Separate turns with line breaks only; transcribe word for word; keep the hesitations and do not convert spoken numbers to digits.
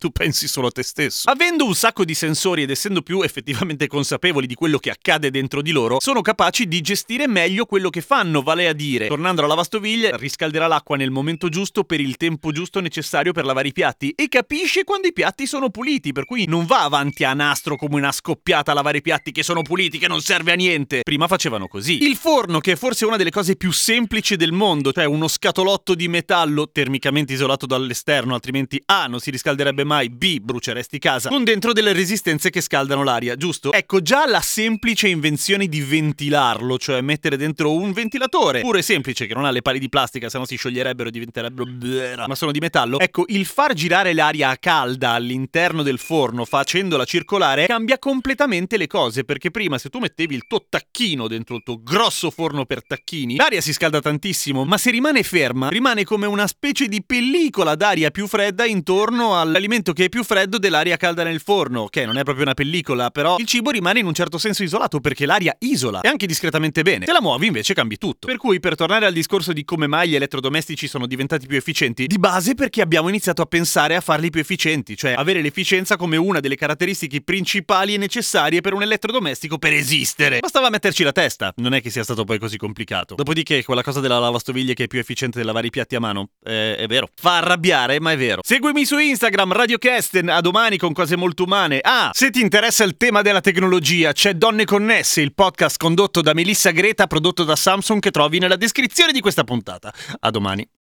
tu pensi solo a te stesso. Avendo un sacco di sensori ed essendo più effettivamente consapevoli di quello che accade dentro di loro, sono capaci di gestire meglio quello che fanno, vale a dire, tornando alla lavastoviglie, riscalderà l'acqua nel momento giusto per il tempo giusto necessario per lavare i piatti e capisce quando i piatti sono puliti, per cui non va avanti a nastro come una scoppiata a lavare i piatti che sono puliti, che non serve a niente. Prima facevano così. Il forno, che è forse una delle cose più semplici del mondo, cioè uno scatolotto di metallo termicamente isolato dall'esterno, altrimenti A, non si riscalderebbe mai, B, bruceresti casa, con dentro delle resistenze che scaldano l'aria, giusto? Ecco, già la semplice invenzione di ventilarlo, cioè mettere dentro un ventilatore, pure semplice, che non ha le pali di plastica, sennò si scioglierebbero e diventerebbero blera, ma sono di metallo. Ecco, il far girare l'aria calda all'interno del forno facendola circolare cambia completamente le cose, perché prima se tu mettevi il tuo tacchino dentro il tuo grosso forno per tacchini, l'aria si scalda tantissimo, ma se rimane ferma, rimane come una specie di pellicola d'aria più fredda intorno all'alimento che è più freddo dell'aria calda nel forno, che non è proprio una pellicola, però il cibo rimane in un certo senso isolato perché l'aria isola, e anche discretamente bene. Se la muovi invece cambi tutto. Per cui, per tornare al discorso di come mai gli elettrodomestici sono diventati più efficienti, di base perché abbiamo iniziato a pensare a farli più efficienti, cioè avere l'efficienza come una delle caratteristiche principali e necessarie per un elettrodomestico per esistere. Bastava metterci la testa, non è che sia stato poi così complicato. Dopodiché quella cosa della lavastoviglie che è più efficiente del lavare i piatti a mano, eh, è vero. Fa arrabbiare, ma è vero. Seguimi su Instagram, Radio Kesten, a domani con cose molto umane. Ah, se ti interessa il tema della tecnologia, c'è Donne Connesse, il podcast condotto da Melissa Greta, prodotto da Samsung, che trovi nella descrizione di questa puntata. A domani.